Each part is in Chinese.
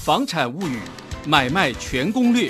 房产物语买卖全攻略。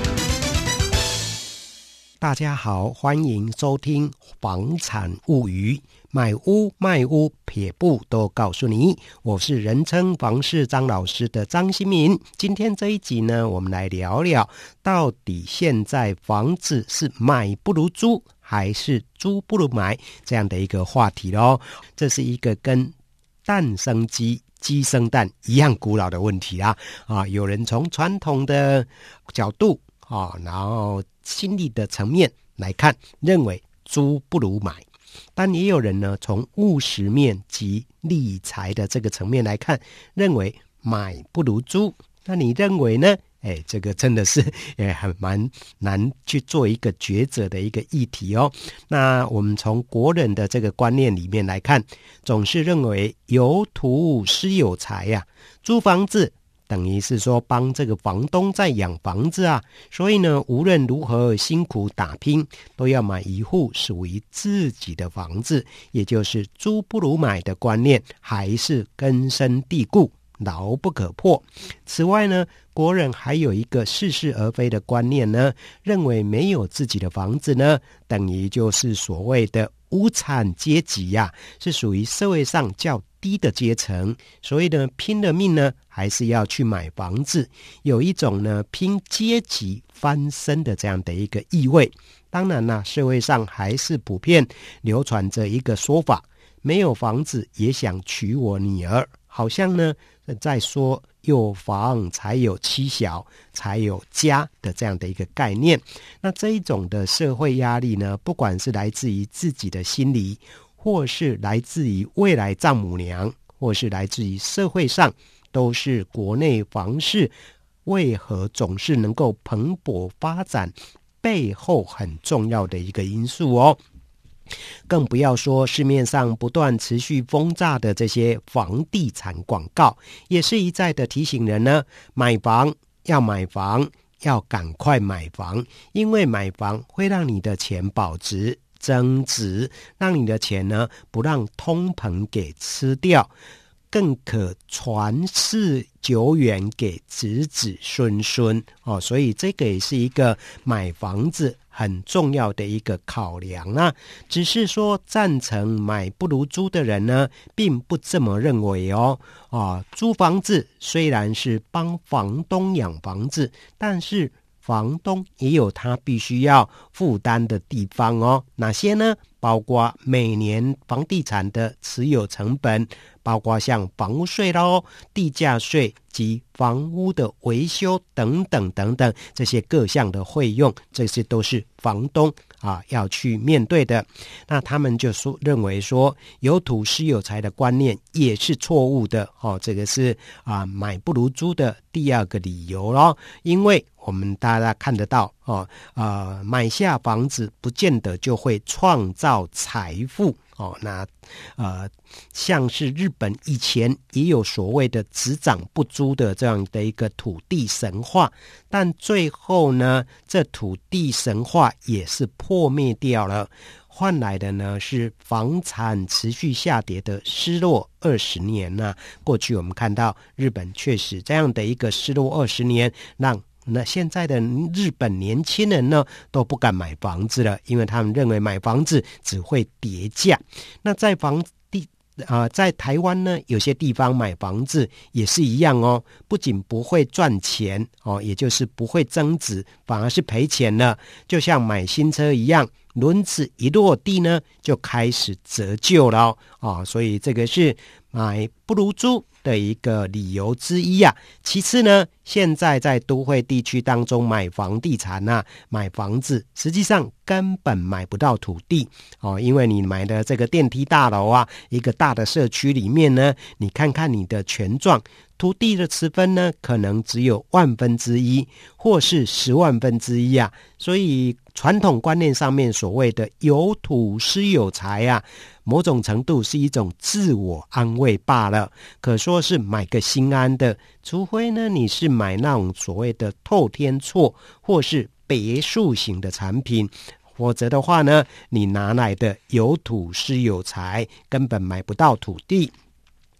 大家好，欢迎收听房产物语，买屋卖屋撇步都告诉你，我是人称房市张老师的张新民。今天这一集呢，我们来聊聊到底现在房子是买不如租还是租不如买这样的一个话题咯。这是一个跟蛋生鸡鸡生蛋一样古老的问题啊！有人从传统的角度然后心理的层面来看，认为租不如买，但也有人呢从务实面及理财的这个层面来看，认为买不如租。那你认为呢？这个真的是很蛮难去做一个抉择的一个议题哦。那我们从国人的这个观念里面来看，总是认为有土斯有财呀，租房子等于是说帮这个房东在养房子啊，所以呢，无论如何辛苦打拼，都要买一户属于自己的房子，也就是租不如买的观念还是根深蒂固，牢不可破。此外呢，国人还有一个似是而非的观念呢，认为没有自己的房子呢，等于就是所谓的无产阶级呀，是属于社会上较低的阶层，所以呢，拼了命呢，还是要去买房子，有一种呢拼阶级翻身的这样的一个意味。当然啦，社会上还是普遍流传着一个说法，没有房子也想娶我女儿，好像呢在说有房才有妻小，才有家的这样的一个概念。那这一种的社会压力呢，不管是来自于自己的心理，或是来自于未来丈母娘，或是来自于社会上，都是国内房市为何总是能够蓬勃发展背后很重要的一个因素哦。更不要说市面上不断持续轰炸的这些房地产广告，也是一再的提醒人呢，买房要买房，要赶快买房，因为买房会让你的钱保值增值，让你的钱呢不让通膨给吃掉，更可传世久远给子子孙孙所以这个也是一个买房子很重要的一个考量啊。只是说赞成买不如租的人呢，并不这么认为租房子虽然是帮房东养房子，但是房东也有他必须要负担的地方哦。哪些呢？包括每年房地产的持有成本，包括像房屋税咯、地价税及房屋的维修等等等等，这些各项的费用，这些都是房东要去面对的。那他们就认为说有土斯有财的观念也是错误的这个是买不如租的第二个理由咯。因为我们大家看得到买下房子不见得就会创造财富那像是日本以前也有所谓的只涨不租的这样的一个土地神话，但最后呢，这土地神话也是破灭掉了，换来的呢是房产持续下跌的失落20年过去我们看到日本确实这样的一个失落20年，让那现在的日本年轻人呢都不敢买房子了，因为他们认为买房子只会跌价。那在台湾呢，有些地方买房子也是一样不仅不会赚钱也就是不会增值，反而是赔钱了。就像买新车一样，轮子一落地呢就开始折旧了所以这个是买不如租的一个理由之一其次呢，现在在都会地区当中买房地产买房子实际上根本买不到土地因为你买的这个电梯大楼一个大的社区里面呢，你看看你的权状，土地的持分呢可能只有1/1000或是10,000,000,000所以传统观念上面所谓的有土斯有财某种程度是一种自我安慰罢了，可说是买个心安的。除非呢你是买那种所谓的透天厝或是别墅型的产品，否则的话呢，你拿来的有土斯有财，根本买不到土地。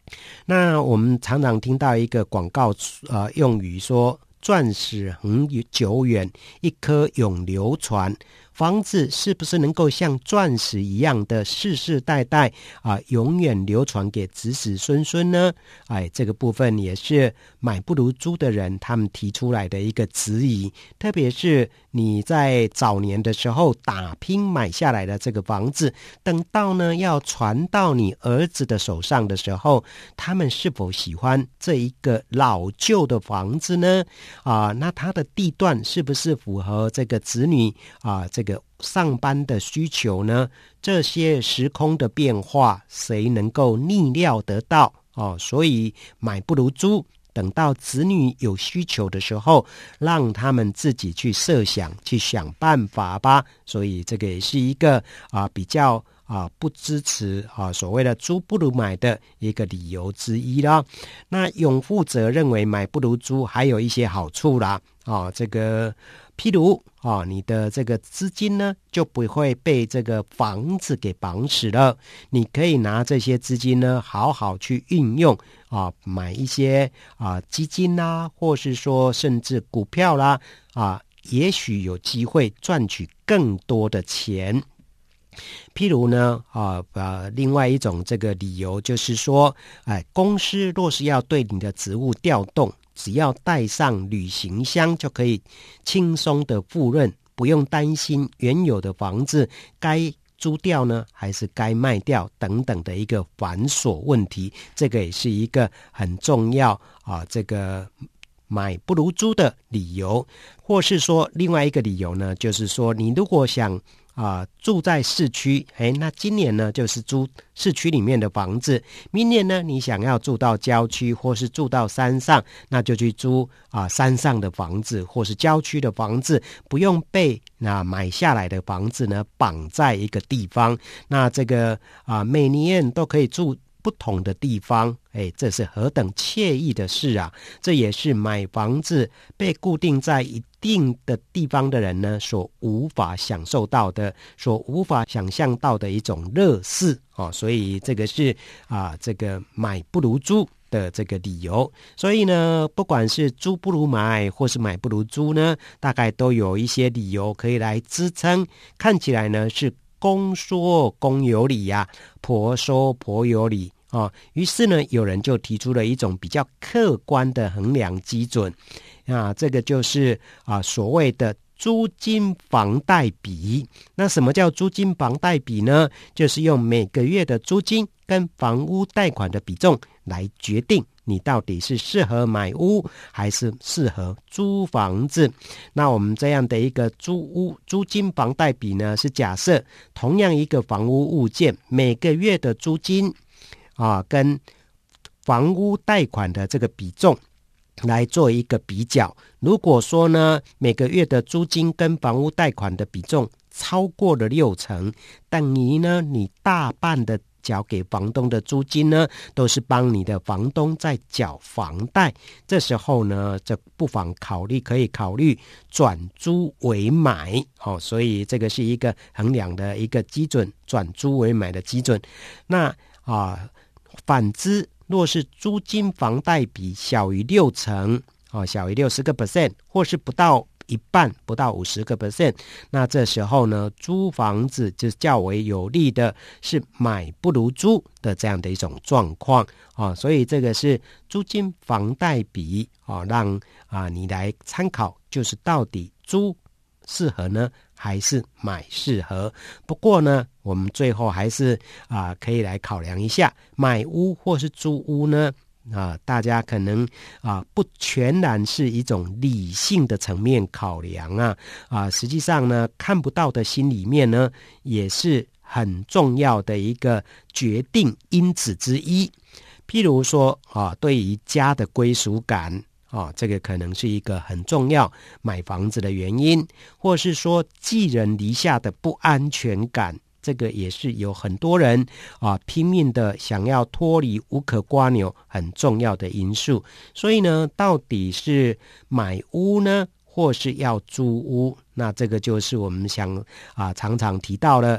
那我们常常听到一个广告用语说，钻石恒久远，一颗永流传。房子是不是能够像钻石一样的世世代代永远流传给子子孙孙呢？这个部分也是买不如租的人他们提出来的一个质疑。特别是你在早年的时候打拼买下来的这个房子，等到呢要传到你儿子的手上的时候，他们是否喜欢这一个老旧的房子呢？那它的地段是不是符合这个子女这个上班的需求呢？这些时空的变化，谁能够逆料得到？所以买不如租，等到子女有需求的时候，让他们自己去设想，去想办法吧。所以这个也是一个比较不支持所谓的租不如买的一个理由之一啦。那永富则认为买不如租还有一些好处啦。这个譬如你的这个资金呢就不会被这个房子给绑死了，你可以拿这些资金呢好好去运用买一些基金啦，或是说甚至股票啦也许有机会赚取更多的钱。譬如呢另外一种这个理由就是说公司若是要对你的职务调动，只要带上旅行箱就可以轻松的赴任，不用担心原有的房子该租掉呢还是该卖掉等等的一个繁琐问题。这个也是一个很重要这个买不如租的理由。或是说另外一个理由呢，就是说你如果想住在市区，那今年呢就是租市区里面的房子，明年呢你想要住到郊区或是住到山上，那就去租山上的房子或是郊区的房子，不用被买下来的房子呢绑在一个地方。那这个每年都可以住不同的地方，这是何等惬意的事啊！这也是买房子被固定在一定的地方的人呢所无法享受到的，所无法想象到的一种乐事所以这个是这个买不如租的这个理由。所以呢，不管是租不如买或是买不如租呢，大概都有一些理由可以来支撑，看起来呢是公说公有理婆说婆有理于是呢有人就提出了一种比较客观的衡量基准这个就是所谓的租金房贷比。那什么叫租金房贷比呢？就是用每个月的租金跟房屋贷款的比重来决定你到底是适合买屋还是适合租房子。那我们这样的一个租金房贷比呢，是假设同样一个房屋物件每个月的租金跟房屋贷款的这个比重来做一个比较。如果说呢每个月的租金跟房屋贷款的比重超过了60%，等于呢你大半的缴给房东的租金呢都是帮你的房东在缴房贷，这时候呢这不妨可以考虑转租为买所以这个是一个衡量的一个基准，转租为买的基准。那反之，若是租金房贷比小于60%小于60%，或是不到一半，不到50%，那这时候呢租房子就较为有利的是买不如租的这样的一种状况所以这个是租金房贷比让你来参考，就是到底租适合呢还是买适合。不过呢我们最后还是可以来考量一下，买屋或是租屋呢大家可能不全然是一种理性的层面考量实际上呢看不到的心里面呢也是很重要的一个决定因子之一。譬如说对于家的归属感这个可能是一个很重要买房子的原因，或是说寄人篱下的不安全感，这个也是有很多人拼命的想要脱离无可刮牛很重要的因素。所以呢到底是买屋呢或是要租屋，那这个就是我们常常提到了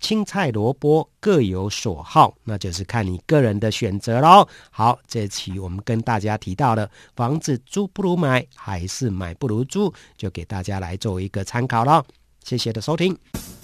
青菜萝卜各有所好，那就是看你个人的选择咯。好，这期我们跟大家提到了房子租不如买，还是买不如租，就给大家来做一个参考咯。谢谢的收听。